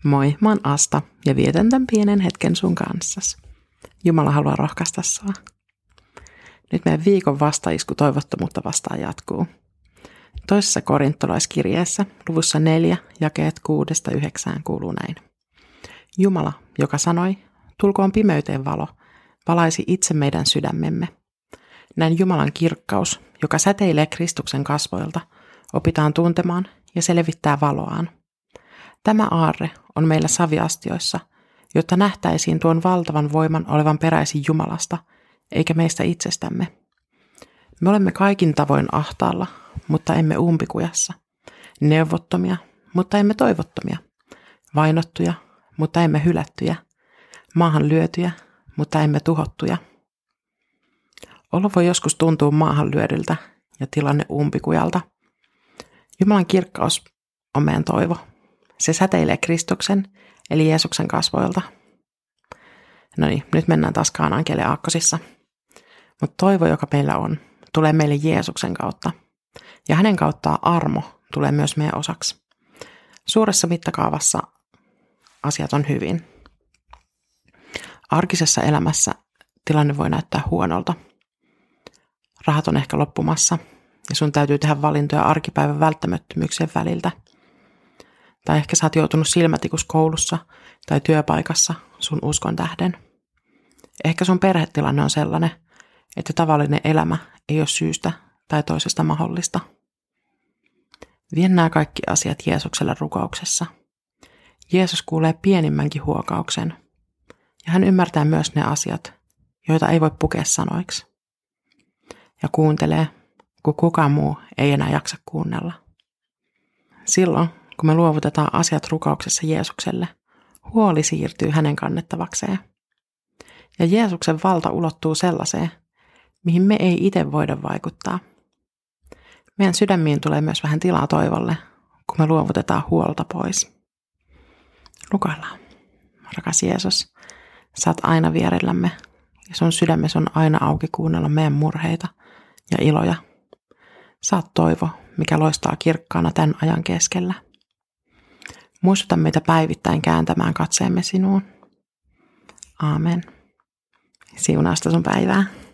Moi, mä oon Asta ja vietän tämän pienen hetken sun kanssas. Jumala haluaa rohkaista sua. Nyt meidän viikon vastaisku toivottomuutta vastaan jatkuu. Toisessa korintolaiskirjeessä, luvussa 4, jakeet 6-9 kuuluu näin. Jumala, joka sanoi, tulkoon pimeyteen valo, valaisi itse meidän sydämemme. Näin Jumalan kirkkaus, joka säteilee Kristuksen kasvoilta, opitaan tuntemaan ja se levittää valoaan. Tämä aarre on meillä saviastioissa, jotta nähtäisiin tuon valtavan voiman olevan peräisin Jumalasta, eikä meistä itsestämme. Me olemme kaikin tavoin ahtaalla, mutta emme umpikujassa. Neuvottomia, mutta emme toivottomia. Vainottuja, mutta emme hylättyjä. Maahan lyötyjä, mutta emme tuhottuja. Olo voi joskus tuntua maahan lyödyltä ja tilanne umpikujalta. Jumalan kirkkaus on meidän toivo. Se säteilee Kristuksen, eli Jeesuksen kasvoilta. No niin, nyt mennään taas Kaanaan kielen aakkosissa. Mutta toivo, joka meillä on, tulee meille Jeesuksen kautta. Ja hänen kauttaan armo tulee myös meidän osaksi. Suuressa mittakaavassa asiat on hyvin. Arkisessa elämässä tilanne voi näyttää huonolta. Rahat on ehkä loppumassa ja sun täytyy tehdä valintoja arkipäivän välttämättömyyksien väliltä. Tai ehkä sä oot joutunut silmätikus koulussa tai työpaikassa sun uskon tähden. Ehkä sun perhetilanne on sellainen, että tavallinen elämä ei ole syystä tai toisesta mahdollista. Vie nämä kaikki asiat Jeesukselle rukouksessa. Jeesus kuulee pienimmänkin huokauksen. Ja hän ymmärtää myös ne asiat, joita ei voi pukea sanoiksi. Ja kuuntelee, kun kukaan muu ei enää jaksa kuunnella. Silloin, kun me luovutetaan asiat rukouksessa Jeesukselle, huoli siirtyy hänen kannettavakseen. Ja Jeesuksen valta ulottuu sellaiseen, mihin me ei itse voida vaikuttaa. Meidän sydämiin tulee myös vähän tilaa toivolle, kun me luovutetaan huolta pois. Rukoillaan. Rakas Jeesus, sä oot aina vierellämme ja sun sydämessä on aina auki kuunnella meidän murheita ja iloja. Sä oot toivo, mikä loistaa kirkkaana tämän ajan keskellä. Muistuta meitä päivittäin kääntämään katseemme sinuun. Aamen. Siunausta sun päivää.